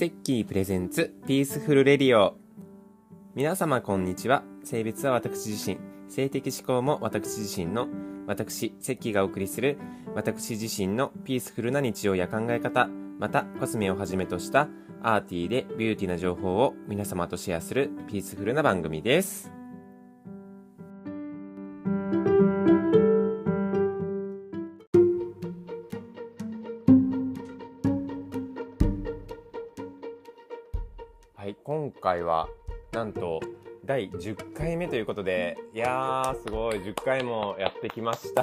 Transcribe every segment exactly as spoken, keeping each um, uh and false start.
セッキープレゼンツピースフルレディオ。皆様こんにちは。性別は私自身、性的指向も私自身の私セッキーがお送りする私自身のピースフルな日常や考え方、またコスメをはじめとしたアーティーでビューティーな情報を皆様とシェアするピースフルな番組です。はい、今回はなんとだいじゅっかいめということで、いやーすごいじゅっかいもやってきました。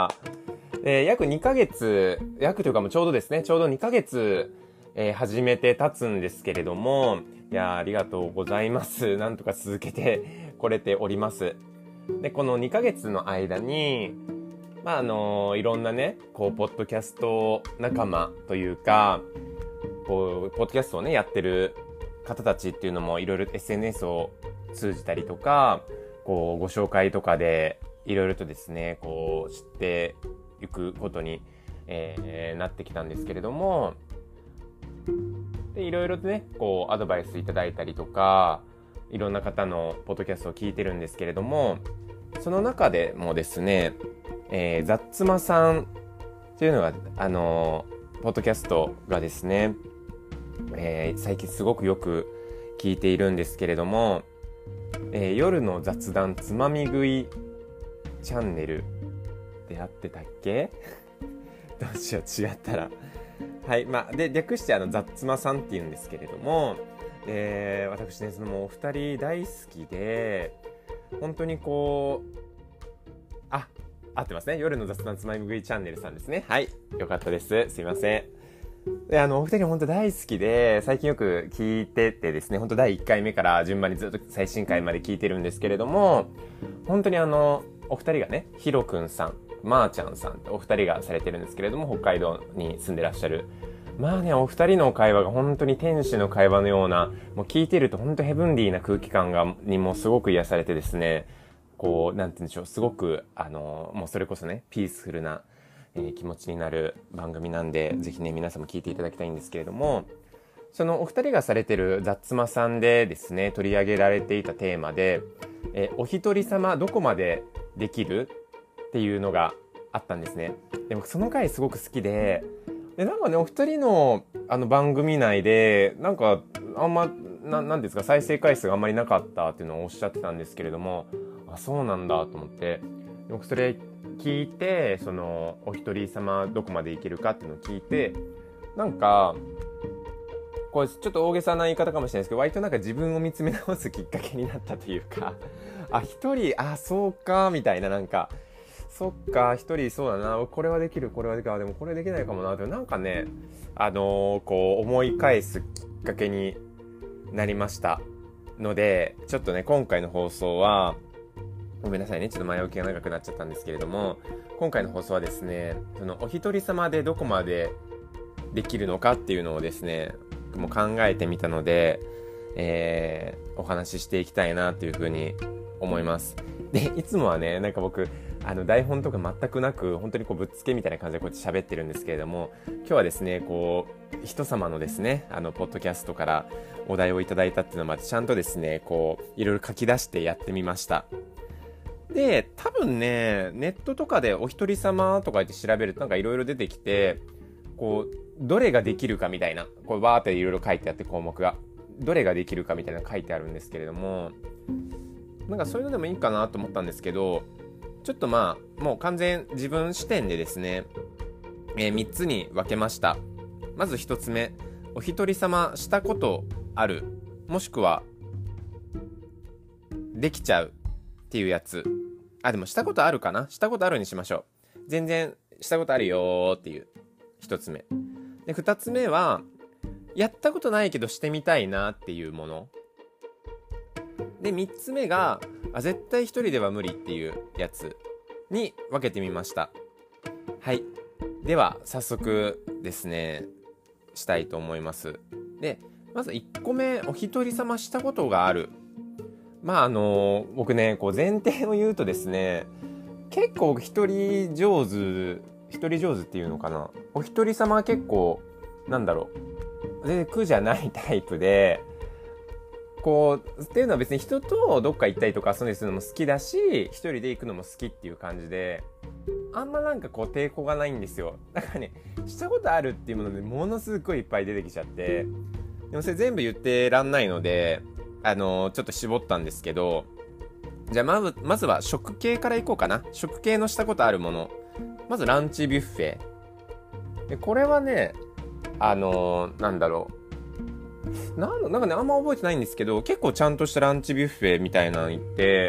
えー、約にかげつ、約というかもうちょうどですね、ちょうどにかげつ、えー、始めて経つんですけれども、いやーありがとうございます。なんとか続けてこれております。で、このにかげつの間に、まああのー、いろんなね、こうポッドキャスト仲間というか、こうポッドキャストをねやってる方たちっていうのもいろいろ エスエヌエス を通じたりとか、こうご紹介とかでいろいろとですね、こう知っていくことに、えー、なってきたんですけれども、でいろいろとね、こうアドバイスいただいたりとか、いろんな方のポッドキャストを聞いてるんですけれども、その中でもですね、えー、ザッツマさんというのがあのポッドキャストがですね、えー、最近すごくよく聞いているんですけれども、えー、夜の雑談つまみ食いチャンネルであってたっけどうしよう違ったらはい、まあで略してあのザッツマさんっていうんですけれども、えー、私ねそのもうお二人大好きで、本当にこうあ合ってますね、夜の雑談つまみ食いチャンネルさんですね。はい、よかったです。すいません。で、あの、お二人本当大好きで、最近よく聞いててですね、本当だいいっかいめから順番にずっと最新回まで聞いてるんですけれども、本当にあの、お二人がね、ヒロくんさん、まーちゃんさんってお二人がされてるんですけれども、北海道に住んでらっしゃる。まあね、お二人の会話が本当に天使の会話のような、もう聞いてると本当ヘブンディーな空気感が、にもすごく癒されてですね、こう、なんて言うんでしょう、すごく、あの、もうそれこそね、ピースフルな、えー、気持ちになる番組なんで、ぜひね皆さんも聞いていただきたいんですけれども、そのお二人がされてるザッツマさんでですね取り上げられていたテーマで、えー、お一人様どこまでできるっていうのがあったんですね。でもその回すごく好きで、でなんかねお二人のあの番組内でなんかあんまななんですか再生回数があんまりなかったっていうのをおっしゃってたんですけれども、あそうなんだと思って、僕それ聞いて、そのお一人様どこまでいけるかっていうのを聞いて、なんかこれちょっと大げさな言い方かもしれないですけど、割となんか自分を見つめ直すきっかけになったというか、あ一人あそうかみたいな、なんかそっか一人そうだな、これはできるこれはできる、でもこれできないかもなって、なんかねあのー、こう思い返すきっかけになりましたので、ちょっとね今回の放送はごめんなさいね、ちょっと前置きが長くなっちゃったんですけれども、今回の放送はですね、そのお一人様でどこまでできるのかっていうのをですね、もう考えてみたので、えー、お話ししていきたいなというふうに思います。で、いつもはね、なんか僕あの台本とか全くなく、本当にこうぶっつけみたいな感じでこうやって喋ってるんですけれども、今日はですね、こう人様のですね、あのポッドキャストからお題をいただいたっていうのもあって、ちゃんとですね、こういろいろ書き出してやってみました。で、多分ね、ネットとかでお一人様とか言って調べるとなんかいろいろ出てきて、こう、どれができるかみたいな、こうバーっていろいろ書いてあって項目が、どれができるかみたいなの書いてあるんですけれども、なんかそういうのでもいいかなと思ったんですけど、ちょっとまあ、もう完全自分視点でですね、えー、みっつに分けました。まずひとつめ、お一人様したことある、もしくは、できちゃうっていうやつ。あ、でもしたことあるかな、したことあるにしましょう。全然したことあるよっていう一つ目で、二つ目はやったことないけどしてみたいなっていうもので、三つ目があ絶対一人では無理っていうやつに分けてみました。はい、では早速ですねしたいと思います。で、まずいっこめ、お一人様したことがある。まああのー、僕ねこう前提を言うとですね、結構一人上手一人上手っていうのかな、お一人様は結構なんだろう全然苦じゃないタイプで、こうっていうのは別に人とどっか行ったりとか遊んだりするのも好きだし、一人で行くのも好きっていう感じで、あんまなんかこう抵抗がないんですよ。だからね、したことあるっていうものでものすごいいっぱい出てきちゃって、でもそれ全部言ってらんないので、あのー、ちょっと絞ったんですけど、じゃあまず、まずは食系からいこうかな。食系のしたことあるもの。まずランチビュッフェ。でこれはね、あのー、なんだろう。なん、なんかね、あんま覚えてないんですけど、結構ちゃんとしたランチビュッフェみたいなの行って、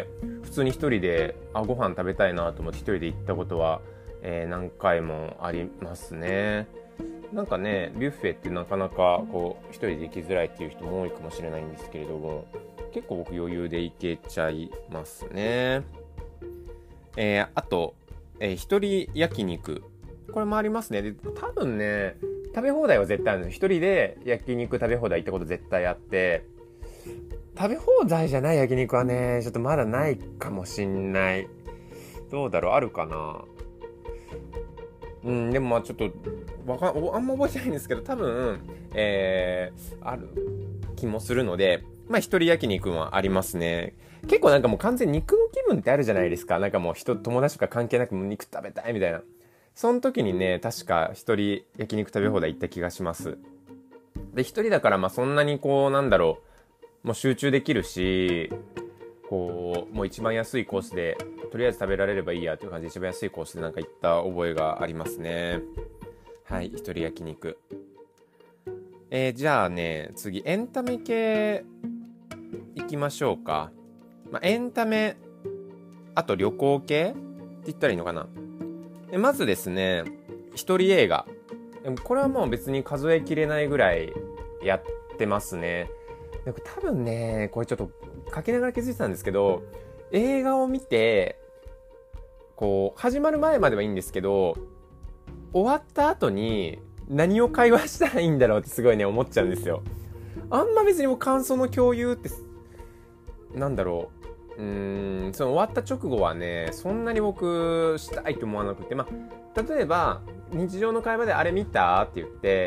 普通に一人で、あ、ご飯食べたいなと思って一人で行ったことは、えー、何回もありますね。なんかね、ビュッフェってなかなか、こう、一人で行きづらいっていう人も多いかもしれないんですけれども、結構僕余裕で行けちゃいますね。えー、あと、えー、一人焼肉。これもありますね。で、多分ね、食べ放題は絶対あるんです。一人で焼肉食べ放題行ったこと絶対あって、食べ放題じゃない焼肉はね、ちょっとまだないかもしんない。どうだろう、あるかな。うん、でもまあちょっと、わかん、あんま覚えてないんですけど、多分、えー、ある気もするので、まあ一人焼肉はありますね。結構なんかもう完全に肉の気分ってあるじゃないですか。なんかもう人、友達とか関係なくもう肉食べたいみたいな。その時にね、確か一人焼肉食べ放題行った気がします。で、一人だからまあそんなにこう、なんだろう、もう集中できるし、こう、もう一番安いコースで、とりあえず食べられればいいやという感じで一番安いコースでなんか行った覚えがありますね。はい、一人焼肉。えー、じゃあね、次、エンタメ系行きましょうか。まあ、エンタメ、あと旅行系って言ったらいいのかな。でまずですね、一人映画。これはもう別に数えきれないぐらいやってますね。で多分ね、これちょっと書きながら気づいてたんですけど、映画を見て、こう、始まる前まではいいんですけど、終わった後に何を会話したらいいんだろうってすごいね、思っちゃうんですよ。あんま別にもう感想の共有って、なんだろう。うーん、その終わった直後はね、そんなに僕したいと思わなくて、まあ、例えば、日常の会話であれ見たって言って、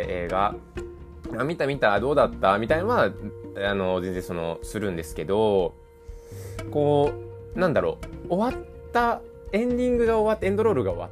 映画、あ、見た見た、どうだったみたいなのは、あの、全然その、するんですけど、こう、なんだろう、終わった、エンディングが終わって、エンドロールが終わって、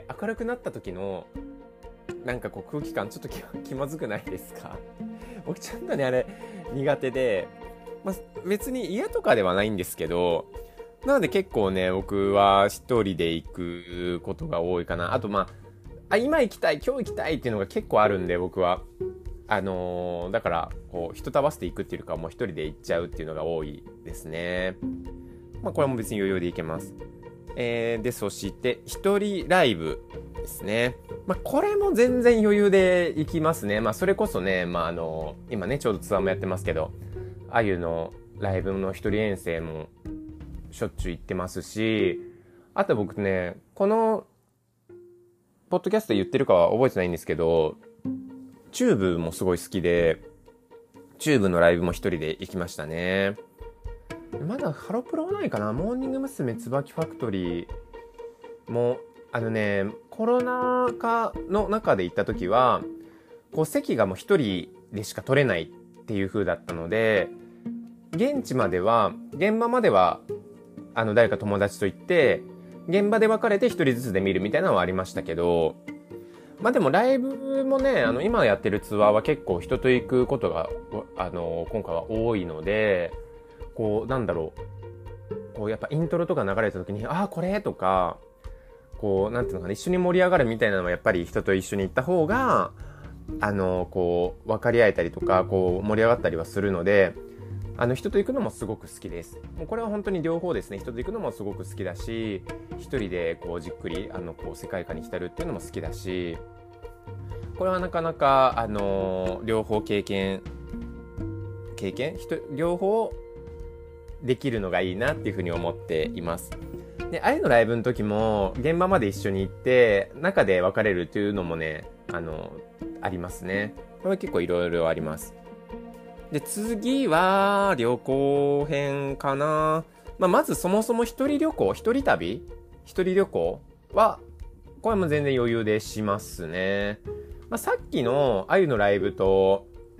明るくなった時の、なんかこう空気感ちょっと気気まずくないですか？僕ちょっとね、あれ、苦手で、まあ、別に嫌とかではないんですけど、なので結構ね、僕は一人で行くことが多いかな。あとまあ、あ、今行きたい、今日行きたいっていうのが結構あるんで、僕は。あのー、だから、こう、人と合わせていくっていうか、もう一人で行っちゃうっていうのが多いですね。まあ、これも別に余裕で行けます。えー、で、そして、一人ライブですね。まあ、これも全然余裕で行きますね。まあ、それこそね、まあ、あのー、今ね、ちょうどツアーもやってますけど、あゆのライブの一人遠征もしょっちゅう行ってますし、あと僕ね、この、ポッドキャストで言ってるかは覚えてないんですけど、チューブもすごい好きで、チューブのライブも一人で行きましたね。まだハロプロはないかな。モーニング娘。椿ファクトリーも、あのね、コロナ禍の中で行った時は、こう席がもう一人でしか取れないっていう風だったので、現地までは、現場までは、あの誰か友達と行って、現場で分かれて一人ずつで見るみたいなのはありましたけど、まあでもライブもね、あの今やってるツアーは結構人と行くことが、あの今回は多いので、こうなんだろう、こうやっぱイントロとか流れた時に、ああこれとか、こうなんていうのかな、一緒に盛り上がるみたいなのはやっぱり人と一緒に行った方が、あのこう分かり合えたりとか、こう盛り上がったりはするので、あの人と行くのもすごく好きです。もうこれは本当に両方ですね。人と行くのもすごく好きだし、一人でこうじっくりあのこう世界観に浸るっていうのも好きだし、これはなかなかあの両方経験経験両方できるのがいいなっていうふうに思っています。で、あゆのライブの時も現場まで一緒に行って中で別れるっていうのもね、あのありますね。これは結構いろいろあります。で、次は旅行編かな。まあ、まずそもそも一人旅行、一人旅一人旅行は、これも全然余裕でしますね。まあ、さっきのあゆのライブと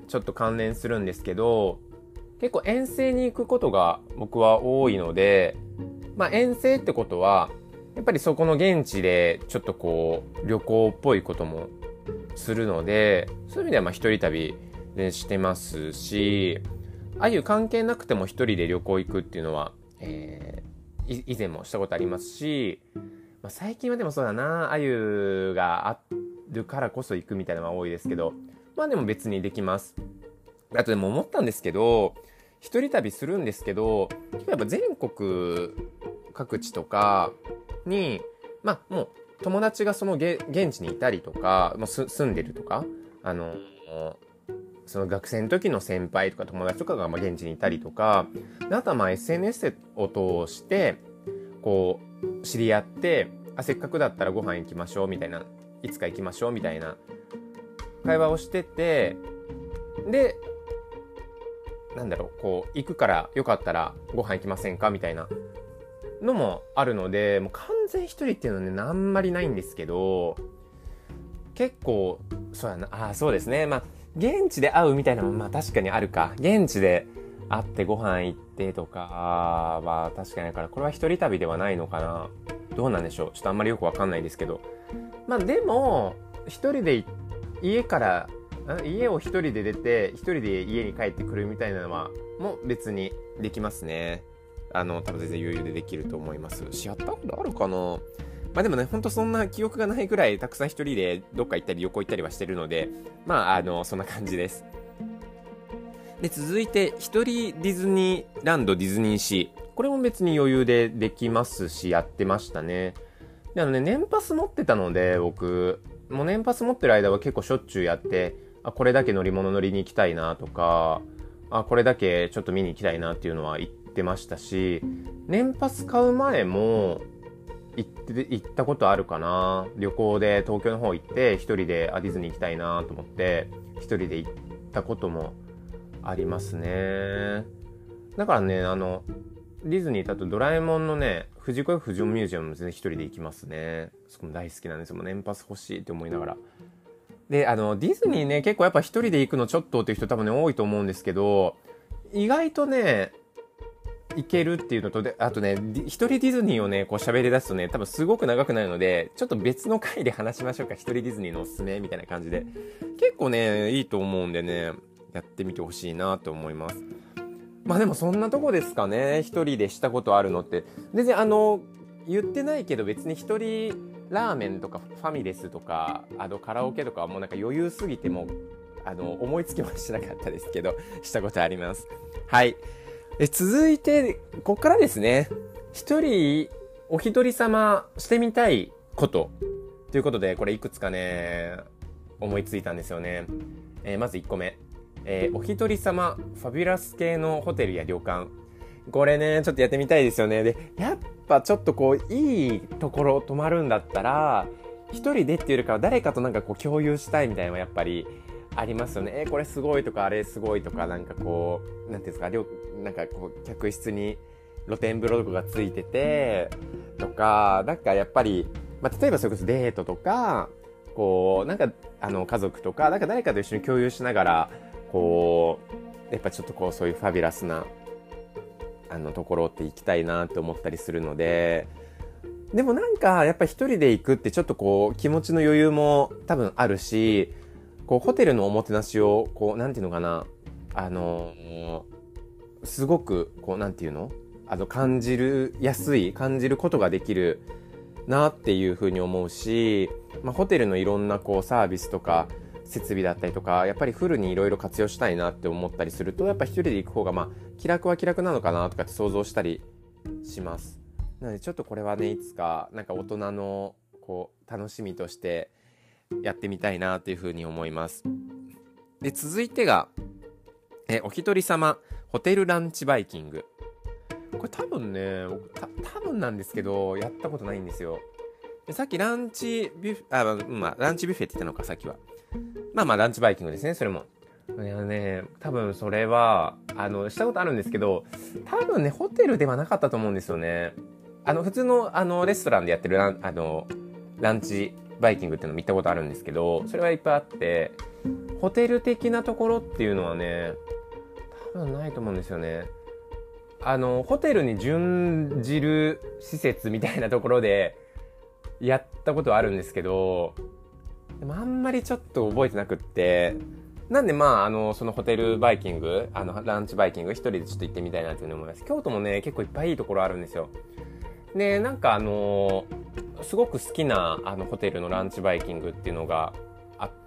ちょっと関連するんですけど、結構遠征に行くことが僕は多いので、まあ遠征ってことは、やっぱりそこの現地でちょっとこう旅行っぽいこともするので、そういう意味ではまあ一人旅でしてますし、あゆ関係なくても一人で旅行行くっていうのは、えー、以前もしたことありますし、まあ、最近はでもそうだな、あゆがあるからこそ行くみたいなのが多いですけど、まあでも別にできます。あとでも思ったんですけど、一人旅するんですけど、やっぱ全国各地とかに、まあもう友達がその現地にいたりとか、まあ、す住んでるとか、あの、その学生の時の先輩とか友達とかがまあ現地にいたりとか、あとはまあ エスエヌエス を通して、こう、知り合って、あ、せっかくだったらご飯行きましょうみたいな、いつか行きましょうみたいな会話をしてて、で、なんだろう、こう、行くからよかったらご飯行きませんかみたいなのもあるので、もう完全一人っていうのはね、あんまりないんですけど、結構、そうやな、あ、そうですね。まあ、現地で会うみたいなのも、まあ確かにあるか。現地で会ってご飯行ってとかは確かにあるから、これは一人旅ではないのかな。どうなんでしょう。ちょっとあんまりよくわかんないですけど。まあでも、一人で家から、家を一人で出て、一人で家に帰ってくるみたいなのは、もう別にできますね。あの、多分全然余裕でできると思いますし、やったことあるかな。まあでもね、ほんとそんな記憶がないぐらいたくさん一人でどっか行ったり旅行行ったりはしてるので、まあ、あの、そんな感じです。で、続いて、一人ディズニーランドディズニーシー。これも別に余裕でできますし、やってましたね。で、あのね、年パス持ってたので、僕、もう年パス持ってる間は結構しょっちゅうやって、あ、これだけ乗り物乗りに行きたいなとか、あ、これだけちょっと見に行きたいなっていうのは言ってましたし、年パス買う前も、行って行ったことあるかな。旅行で東京の方行って一人であディズニー行きたいなと思って一人で行ったこともありますね。だからね、あのディズニーだとドラえもんのね、藤子 F 不二雄ミュージアムも全然一人で行きますね。そこも大好きなんですよ。もう年パス欲しいって思いながら。で、あのディズニーね、結構やっぱ一人で行くのちょっとっていう人多分ね多いと思うんですけど、意外とねいけるっていうのと、で、あとね、一人ディズニーをね、こう喋り出すとね、多分すごく長くなるので、ちょっと別の回で話しましょうか。一人ディズニーのおすすめみたいな感じで。結構ね、いいと思うんでね、やってみてほしいなと思います。まあでもそんなとこですかね。一人でしたことあるのって。全然あの、言ってないけど別に一人ラーメンとかファミレスとか、あのカラオケとかはもうなんか余裕すぎてもう、あの、思いつきもしなかったですけど、したことあります。はい。え続いて、ここからですね。一人、お一人様してみたいこと。ということで、これいくつかね、思いついたんですよね。えー、まずいっこめ。えー、お一人様、ファビュラス系のホテルや旅館。これね、ちょっとやってみたいですよね。で、やっぱちょっとこう、いいところ泊まるんだったら、一人でっていうよりかは誰かとなんかこう共有したいみたいなのはやっぱり、ありますよね。えー、これすごいとか、あれすごいとか、なんかこう、なんていうんですか、なんかこう、客室に露天風呂とかがついてて、とか、なんかやっぱり、まあ、例えばそれこそデートとか、こう、なんか、あの、家族とか、なんか誰かと一緒に共有しながら、こう、やっぱちょっとこう、そういうファビュラスな、あの、ところって行きたいなって思ったりするので、でもなんか、やっぱ一人で行くってちょっとこう、気持ちの余裕も多分あるし、こうホテルのおもてなしをこうなんていうのかな、あのー、すごくこうなんていうのあの感じるやすい感じることができるなっていうふうに思うし、まあ、ホテルのいろんなこうサービスとか設備だったりとかやっぱりフルにいろいろ活用したいなって思ったりすると、やっぱ一人で行く方がまあ気楽は気楽なのかなとかって想像したりします。なのでちょっとこれはね、いつかなんか大人のこう楽しみとしてやってみたいなというふうに思います。で、続いてが、え、お一人様ホテルランチバイキング。これ多分ね、た多分なんですけど、やったことないんですよ。でさっきランチビュッフェ、あ、まあ、ランチビュッフェって言ったのか、さっきは。まあまあ、ランチバイキングですね、それも。いやね、多分それは、あの、したことあるんですけど、多分ね、ホテルではなかったと思うんですよね。あの、普通の、あの、レストランでやってるラン、あの、ランチバイキングっていうの見たことあるんですけど、それはいっぱいあって、ホテル的なところっていうのはね、多分ないと思うんですよね。あの、ホテルに準じる施設みたいなところでやったことはあるんですけど、でもあんまりちょっと覚えてなくって、なんでまあ、あの、そのホテルバイキング、あの、ランチバイキング一人でちょっと行ってみたいなというふうに思います。京都もね、結構いっぱいいいところあるんですよ。で、なんかあの、すごく好きなあのホテルのランチバイキングっていうのがあって、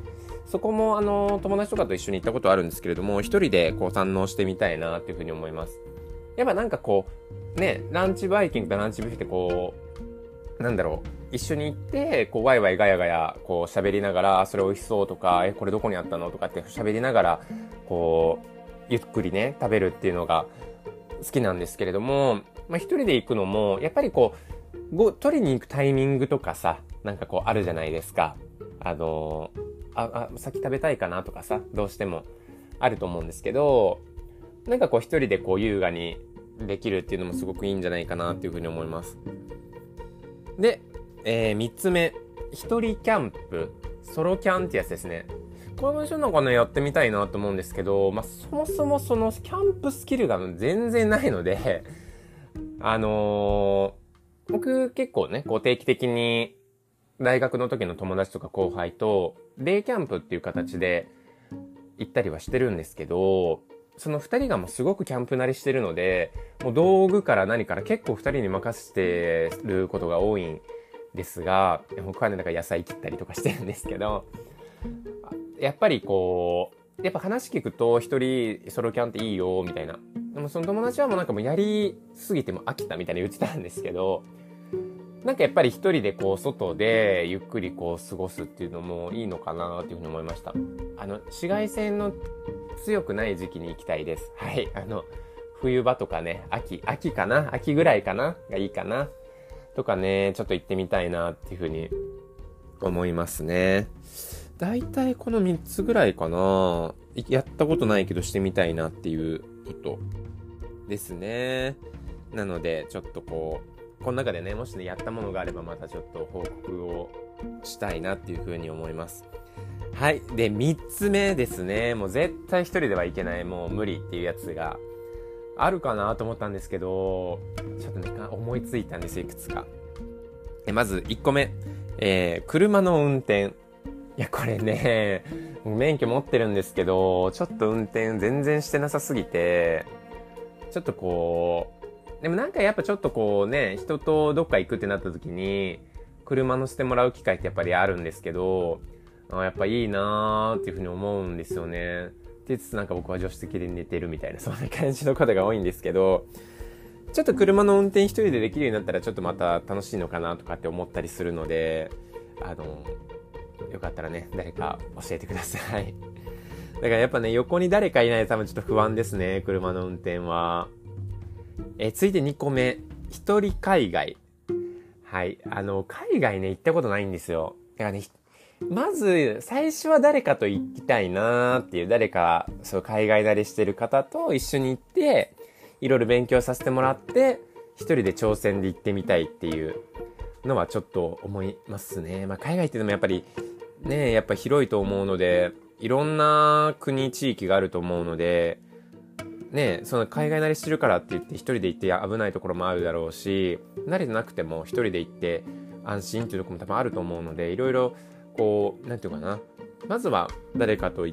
そこもあの、友達とかと一緒に行ったことあるんですけれども、一人でこう堪能してみたいなっていうふうに思います。やっぱなんかこう、ね、ランチバイキングとランチビュッフェってこう、なんだろう、一緒に行って、こう、ワイワイガヤガヤ、こう、喋りながら、それ美味しそうとか、え、これどこにあったのとかって喋りながら、こう、ゆっくりね、食べるっていうのが好きなんですけれども、まあ、一人で行くのも、やっぱりこう、ご、取りに行くタイミングとかさ、なんかこう、あるじゃないですか。あの、あ、あ、先食べたいかなとかさ、どうしてもあると思うんですけど、なんかこう、一人でこう、優雅にできるっていうのもすごくいいんじゃないかなっていうふうに思います。で、えー、三つ目、一人キャンプ、ソロキャンってやつですね。これも一緒なんかね、やってみたいなと思うんですけど、まあ、そもそもそのキャンプスキルが全然ないので、あのー、僕結構ね、こう定期的に大学の時の友達とか後輩と、デイキャンプっていう形で行ったりはしてるんですけど、その二人がもうすごくキャンプ慣れしてるので、もう道具から何から結構二人に任せてることが多いんですが、僕はね、なんか野菜切ったりとかしてるんですけど、やっぱりこう、やっぱ話聞くと一人ソロキャンっていいよ、みたいな。でもその友達はもうなんかもうやりすぎても飽きたみたいに言ってたんですけど、なんかやっぱり一人でこう外でゆっくりこう過ごすっていうのもいいのかなっていうふうに思いました。あの、紫外線の強くない時期に行きたいです。はい。あの、冬場とかね、秋、秋かな秋ぐらいかながいいかなとかね、ちょっと行ってみたいなっていうふうに思いますね。だいたいこのみっつぐらいかな。やったことないけどしてみたいなっていうことですね。なので、ちょっとこう、この中でね、もしね、やったものがあればまたちょっと報告をしたいなっていうふうに思います。はい。で、みっつめですね。もう絶対一人ではいけない、もう無理っていうやつがあるかなと思ったんですけど、ちょっとね、思いついたんですよ、いくつか。まずいっこめ、えー、車の運転。いや、これね、免許持ってるんですけど、ちょっと運転全然してなさすぎて、ちょっとこう、でもなんかやっぱちょっとこうね、人とどっか行くってなった時に、車乗せてもらう機会ってやっぱりあるんですけど、あ、やっぱいいなーっていうふうに思うんですよね。って言いつつなんか僕は助手席で寝てるみたいな、そんな感じの方が多いんですけど、ちょっと車の運転一人でできるようになったらちょっとまた楽しいのかなとかって思ったりするので、あの、よかったらね、誰か教えてください。だからやっぱね、横に誰かいないと多分ちょっと不安ですね、車の運転は。え、続いてにこめ、一人海外。はい。あの、海外ね、行ったことないんですよ。だからね、まず、最初は誰かと行きたいなーっていう、誰か、そう、海外慣れしてる方と一緒に行って、いろいろ勉強させてもらって、一人で挑戦で行ってみたいっていうのはちょっと思いますね。まあ、海外ってでもやっぱり、ね、やっぱ広いと思うので、いろんな国、地域があると思うので、ね、その海外慣れしてるからって言って一人で行って危ないところもあるだろうし、慣れてなくても一人で行って安心っていうところも多分あると思うので、いろいろこう、なんていうかな。まずは誰かと行って、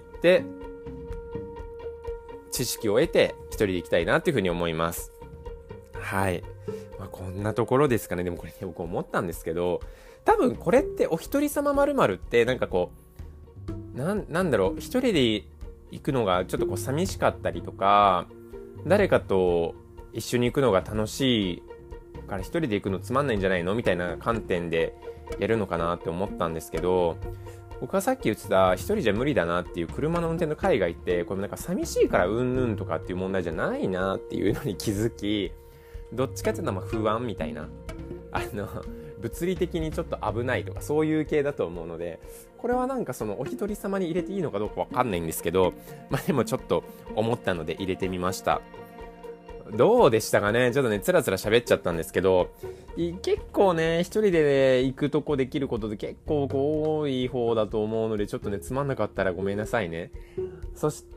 知識を得て一人で行きたいなっていうふうに思います。はい。まあ、こんなところですかね。でもこれね、僕思ったんですけど、多分これってお一人様〇〇ってなんかこう、なん、なんだろう、一人で行くのがちょっとこう寂しかったりとか、誰かと一緒に行くのが楽しいから一人で行くのつまんないんじゃないのみたいな観点でやるのかなって思ったんですけど、僕はさっき言ってた一人じゃ無理だなっていう車の運転の海外って、これなんか寂しいからうんぬんとかっていう問題じゃないなっていうのに気づき、どっちかっていうとまあ不安みたいな、あの、物理的にちょっと危ないとかそういう系だと思うので、これはなんかそのお一人様に入れていいのかどうかわかんないんですけど、まあでもちょっと思ったので入れてみました。 どうでしたかね。ちょっとね、つらつら喋っちゃったんですけど、結構ね、一人で、ね、行くとこできることで結構多い方だと思うので、ちょっとね、つまんなかったらごめんなさいね。そして、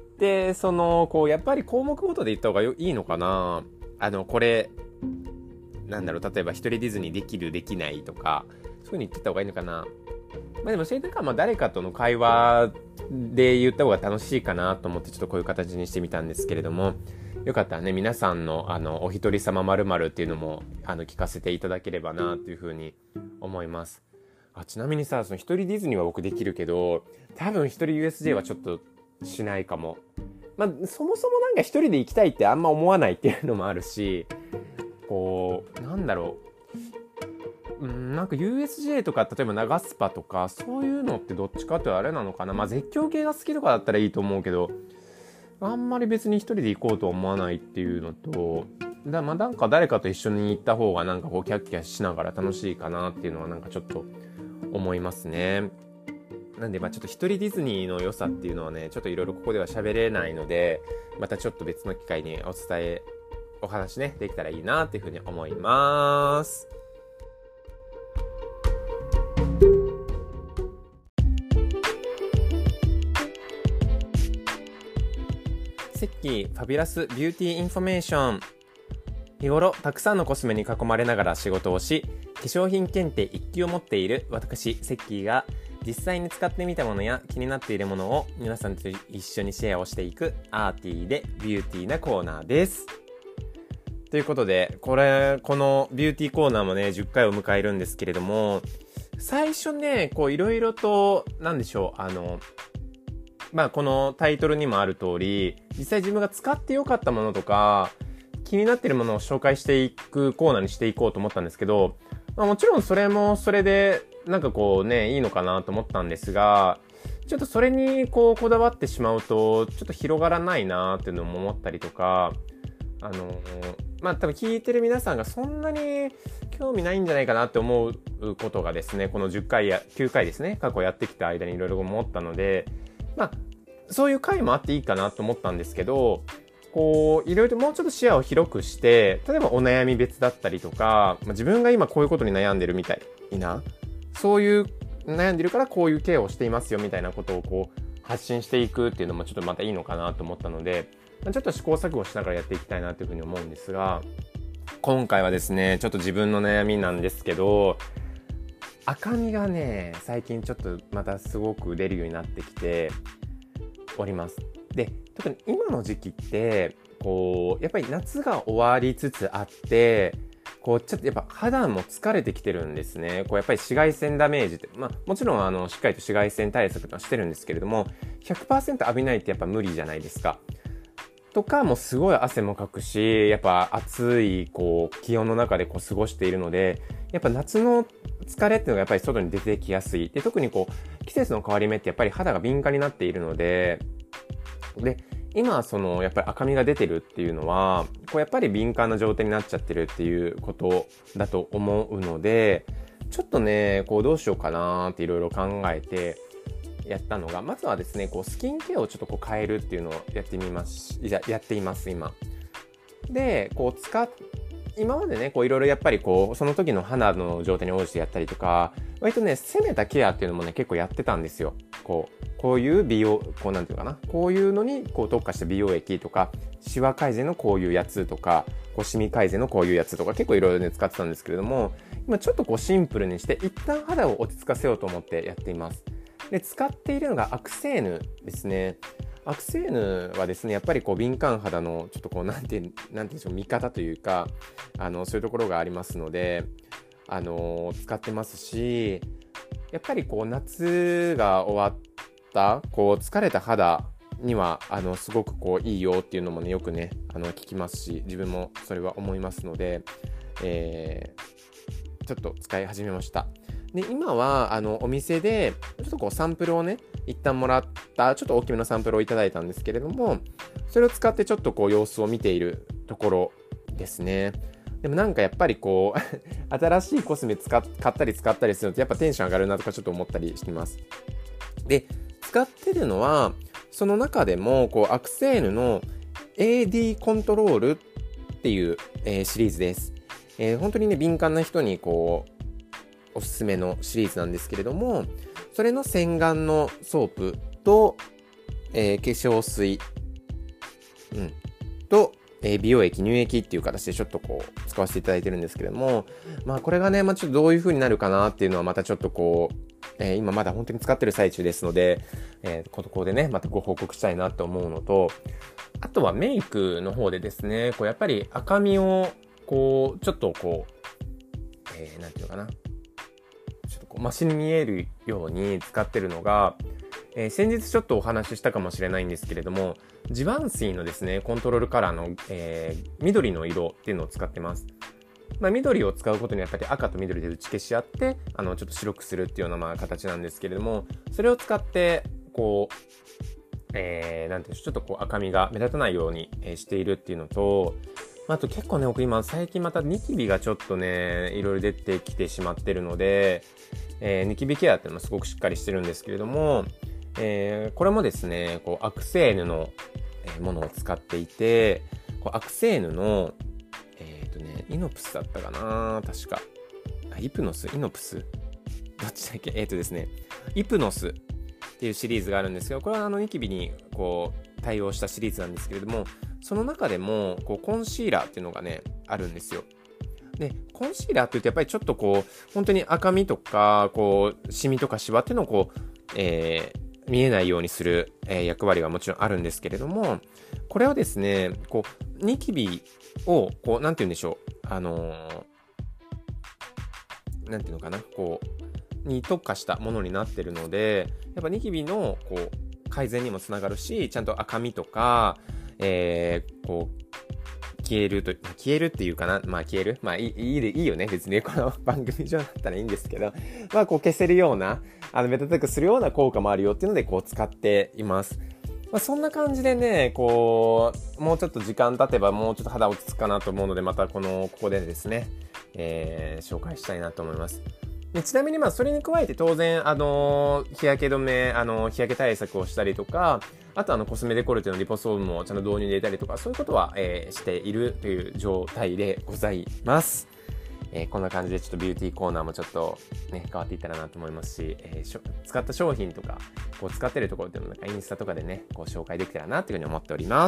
その、こう、やっぱり項目ごとで言った方がいいのかな。あの、これ、なんだろう、例えば一人ディズニーできる、できないとか、そういう風に言ってった方がいいのかな。まあでも、それとか、まあ誰かとの会話で言った方が楽しいかなと思って、ちょっとこういう形にしてみたんですけれども、よかったらね、皆さんの、あの、お一人様〇〇っていうのも、あの、聞かせていただければな、というふうに思います。あ、ちなみにさ、その一人ディズニーは僕できるけど、多分一人 ユーエスジェー はちょっとしないかも。まあ、そもそもなんか一人で行きたいってあんま思わないっていうのもあるし、こう、なんだろう。うん、なんか ユーエスジェー とか、例えば長スパとか、そういうのってどっちかってあれなのかな。まあ、絶叫系が好きとかだったらいいと思うけど、あんまり別に一人で行こうとは思わないっていうのと、だまあなんか誰かと一緒に行った方がなんかこうキャッキャしながら楽しいかなっていうのはなんかちょっと思いますね。なんでまあちょっと一人ディズニーの良さっていうのはね、ちょっといろいろここでは喋れないので、またちょっと別の機会にお伝え、お話ね、できたらいいなっていうふうに思います。セッキーファビュラスビューティーインフォメーション。日頃たくさんのコスメに囲まれながら仕事をし、化粧品検定一級を持っている私セッキーが実際に使ってみたものや気になっているものを皆さんと一緒にシェアをしていくアーティーでビューティーなコーナーです。ということで、これこのビューティーコーナーもねじゅっかいを迎えるんですけれども、最初ねこういろいろとなんでしょう、あのまあこのタイトルにもある通り、実際自分が使ってよかったものとか気になっているものを紹介していくコーナーにしていこうと思ったんですけど、まあ、もちろんそれもそれでなんかこうねいいのかなと思ったんですが、ちょっとそれにこうこだわってしまうとちょっと広がらないなっていうのも思ったりとか、あのまあ多分聞いてる皆さんがそんなに興味ないんじゃないかなって思うことがですね、このじゅっかいやきゅうかいですね、過去やってきた間にいろいろ思ったので、まあそういう回もあっていいかなと思ったんですけど、こういろいろともうちょっと視野を広くして、例えばお悩み別だったりとか、まあ、自分が今こういうことに悩んでるみたいな、そういう悩んでるからこういうケアをしていますよみたいなことをこう発信していくっていうのもちょっとまたいいのかなと思ったので、まあ、ちょっと試行錯誤しながらやっていきたいなというふうに思うんですが、今回はですねちょっと自分の悩みなんですけど、赤みがね最近ちょっとまたすごく出るようになってきております。で、特に今の時期ってこうやっぱり夏が終わりつつあって、こうちょっとやっぱ肌も疲れてきてるんですね。こうやっぱり紫外線ダメージって、まあもちろんあのしっかりと紫外線対策とはしてるんですけれども、 ひゃくパーセント 浴びないってやっぱ無理じゃないですか。とかもうすごい汗もかくし、やっぱ暑いこう気温の中でこう過ごしているので、やっぱ夏の疲れっていうのがやっぱり外に出てきやすい。で、特にこう季節の変わり目ってやっぱり肌が敏感になっているので、で今そのやっぱり赤みが出てるっていうのはこうやっぱり敏感な状態になっちゃってるっていうことだと思うので、ちょっとねこうどうしようかなっていろいろ考えてやったのが、まずはですねこうスキンケアをちょっとこう変えるっていうのをやってみますややっています今で。こう使っ今までねこういろいろやっぱりこうその時の肌の状態に応じてやったりとか、割とね攻めたケアっていうのもね結構やってたんですよ。こうこういう美容こうなんていうかな、こういうのにこう特化した美容液とか、シワ改善のこういうやつとか、こうシミ改善のこういうやつとか結構いろいろね使ってたんですけれども、今ちょっとこうシンプルにして一旦肌を落ち着かせようと思ってやっています。で使っているのがアクセーヌですね。アクセーヌはですねやっぱりこう敏感肌のちょっとこうなんてなんていうんでしょう、見方というか、あのそういうところがありますので、あの使ってますし、やっぱりこう夏が終わったこう疲れた肌にはあのすごくこういいよっていうのもねよくねあの聞きますし、自分もそれは思いますので、えー、ちょっと使い始めました。で今はあのお店でちょっとこうサンプルをね一旦もらったちょっと大きめのサンプルをいただいたんですけれども、それを使ってちょっとこう様子を見ているところですね。でもなんかやっぱりこう新しいコスメ使っ買ったり使ったりするとやっぱテンション上がるなとかちょっと思ったりしてます。で使ってるのはその中でもこうアクセーヌの エーディー コントロールっっていう、えー、シリーズです。えー、本当にね、敏感な人にこう、おすすめのシリーズなんですけれども、それの洗顔のソープと、えー、化粧水、うん、と、えー、美容液、乳液っていう形でちょっとこう、使わせていただいてるんですけれども、まあこれがね、まあちょっとどういう風になるかなっていうのはまたちょっとこう、えー、今まだ本当に使ってる最中ですので、えー、ここでね、またご報告したいなと思うのと、あとはメイクの方でですね、こうやっぱり赤みを、こう、ちょっとこう、えー、なんていうのかな。ちょっとこう、マシに見えるように使ってるのが、えー、先日ちょっとお話ししたかもしれないんですけれども、ジバンシーのですね、コントロールカラーの、えー、緑の色っていうのを使ってます。まあ、緑を使うことにやっぱり赤と緑で打ち消し合って、あの、ちょっと白くするっていうようなまあ形なんですけれども、それを使って、こう、えー、なんていうの、ちょっとこう赤みが目立たないように、えー、しているっていうのと、あと結構ね、僕今最近またニキビがちょっとね、いろいろ出てきてしまってるので、えー、ニキビケアっていうのもすごくしっかりしてるんですけれども、えー、これもですね、こうアクセーヌのものを使っていて、こうアクセーヌの、えっとね、イノプスだったかな確か。あ、イプノスイノプスどっちだっけえっとですね、イプノスっていうシリーズがあるんですけど、これはあのニキビにこう対応したシリーズなんですけれども、その中でもこうコンシーラーっていうのがね、あるんですよ。で、コンシーラーって言うとやっぱりちょっとこう、本当に赤みとか、こう、シミとかシワっていうのをこう、えー、見えないようにする、えー、役割はもちろんあるんですけれども、これはですね、こう、ニキビを、こう、なんて言うんでしょう、あのー、なんていうのかな、こう、に特化したものになってるので、やっぱニキビの、こう、改善にもつながるし、ちゃんと赤みとか、えー、こう、消えると、消えるっていうかな、まあ消えるまあいい、いいで、いいよね。別にこの番組上だったらいいんですけど、まあこう消せるような、あの、目立たくするような効果もあるよっていうので、こう使っています。まあそんな感じでね、こう、もうちょっと時間経てばもうちょっと肌落ち着くかなと思うので、またこの、ここでですね、えー、紹介したいなと思います。でちなみにまあそれに加えて当然あの日焼け止めあの日焼け対策をしたりとか、あとあのコスメデコルテのリポソームもちゃんと導入で入れたりとか、そういうことは、えー、しているという状態でございます。えー、こんな感じでちょっとビューティーコーナーもちょっとね変わっていったらなと思いますし、えー、しょ使った商品とかこう使ってるところっていうのをなんかインスタとかでねこう紹介できたらなというふうに思っております。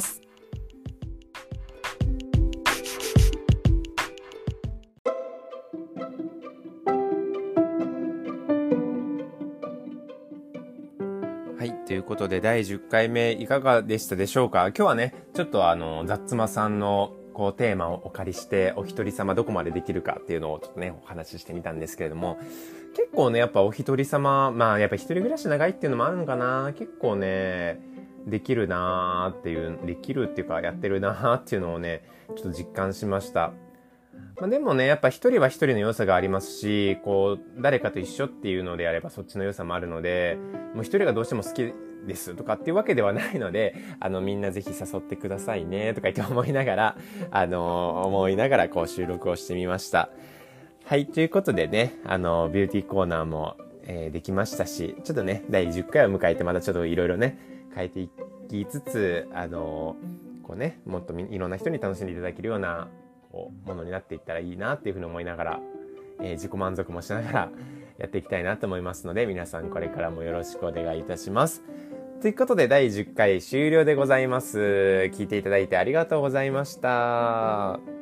はい。ということで、だいじゅっかいめいかがでしたでしょうか？今日はね、ちょっとあの、ザッツマさんのこうテーマをお借りして、お一人様どこまでできるかっていうのをちょっとね、お話ししてみたんですけれども、結構ね、やっぱお一人様、まあやっぱ一人暮らし長いっていうのもあるのかな。結構ね、できるなーっていう、できるっていうかやってるなーっていうのをね、ちょっと実感しました。まあ、でもね、やっぱ一人は一人の良さがありますし、こう、誰かと一緒っていうのであればそっちの良さもあるので、もう一人がどうしても好きですとかっていうわけではないので、あの、みんなぜひ誘ってくださいねとか言って思いながら、あの、思いながらこう収録をしてみました。はい、ということでね、あの、ビューティーコーナーも、えー、できましたし、ちょっとね、だいじゅっかいを迎えてまたちょっといろいろね、変えていきつつ、あの、こうね、もっといろんな人に楽しんでいただけるような、ものになっていったらいいなっていうふうに思いながら、えー、自己満足もしながらやっていきたいなと思いますので、皆さんこれからもよろしくお願いいたします。ということでだいじゅっかい終了でございます。聞いていただいてありがとうございました。